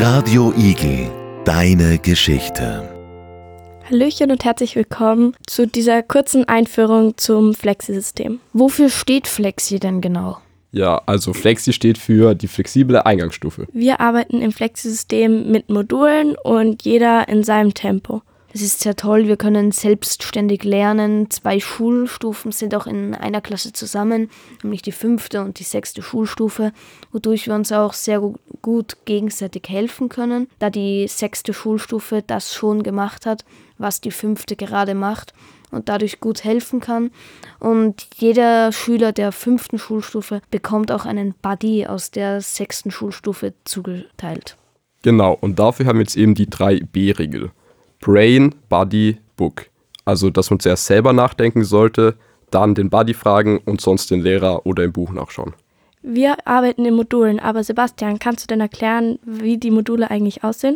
Radio Igel, deine Geschichte. Hallöchen und herzlich willkommen zu dieser kurzen Einführung zum Flexi-System. Wofür steht Flexi denn genau? Ja, also Flexi steht für die flexible Eingangsstufe. Wir arbeiten im Flexi-System mit Modulen und jeder in seinem Tempo. Es ist sehr toll, wir können selbstständig lernen. 2 Schulstufen sind auch in einer Klasse zusammen, nämlich die 5. und die 6. Schulstufe, wodurch wir uns auch sehr gut gegenseitig helfen können, da die 6. Schulstufe das schon gemacht hat, was die 5. gerade macht und dadurch gut helfen kann. Und jeder Schüler der 5. Schulstufe bekommt auch einen Buddy aus der 6. Schulstufe zugeteilt. Genau, und dafür haben wir jetzt eben die 3B-Regel. Brain, Buddy, Book. Also, dass man zuerst selber nachdenken sollte, dann den Buddy fragen und sonst den Lehrer oder im Buch nachschauen. Wir arbeiten in Modulen, aber Sebastian, kannst du denn erklären, wie die Module eigentlich aussehen?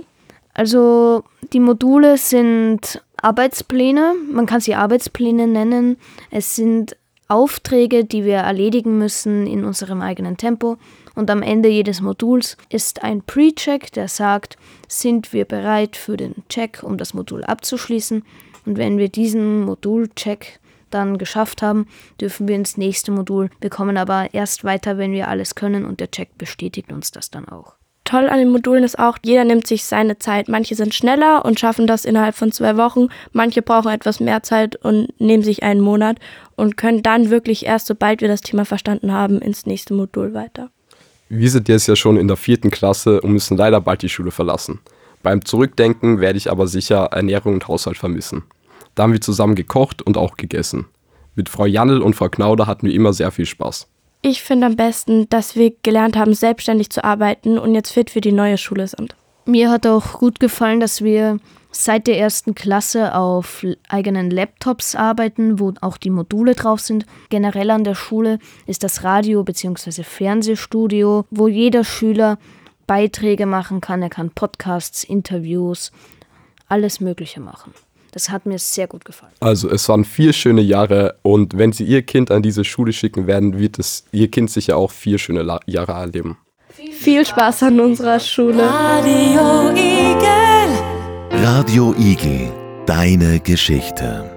Also die Module sind Arbeitspläne, man kann sie Arbeitspläne nennen. Es sind Aufträge, die wir erledigen müssen in unserem eigenen Tempo. Und am Ende jedes Moduls ist ein Pre-Check, der sagt, sind wir bereit für den Check, um das Modul abzuschließen. Und wenn wir diesen Modul-Check dann geschafft haben, dürfen wir ins nächste Modul. Wir kommen aber erst weiter, wenn wir alles können und der Check bestätigt uns das dann auch. Toll an den Modulen ist auch, jeder nimmt sich seine Zeit. Manche sind schneller und schaffen das innerhalb von 2 Wochen. Manche brauchen etwas mehr Zeit und nehmen sich einen Monat und können dann wirklich erst, sobald wir das Thema verstanden haben, ins nächste Modul weiter. Wir sind jetzt ja schon in der 4. Klasse und müssen leider bald die Schule verlassen. Beim Zurückdenken werde ich aber sicher Ernährung und Haushalt vermissen. Da haben wir zusammen gekocht und auch gegessen. Mit Frau Jannel und Frau Knauder hatten wir immer sehr viel Spaß. Ich finde am besten, dass wir gelernt haben, selbstständig zu arbeiten und jetzt fit für die neue Schule sind. Mir hat auch gut gefallen, dass wir seit der 1. Klasse auf eigenen Laptops arbeiten, wo auch die Module drauf sind. Generell an der Schule ist das Radio- bzw. Fernsehstudio, wo jeder Schüler Beiträge machen kann. Er kann Podcasts, Interviews, alles Mögliche machen. Das hat mir sehr gut gefallen. Also es waren 4 schöne Jahre und wenn Sie Ihr Kind an diese Schule schicken werden, wird es Ihr Kind sicher auch 4 schöne Jahre erleben. Viel Spaß an unserer Schule. Radio Igel, deine Geschichte.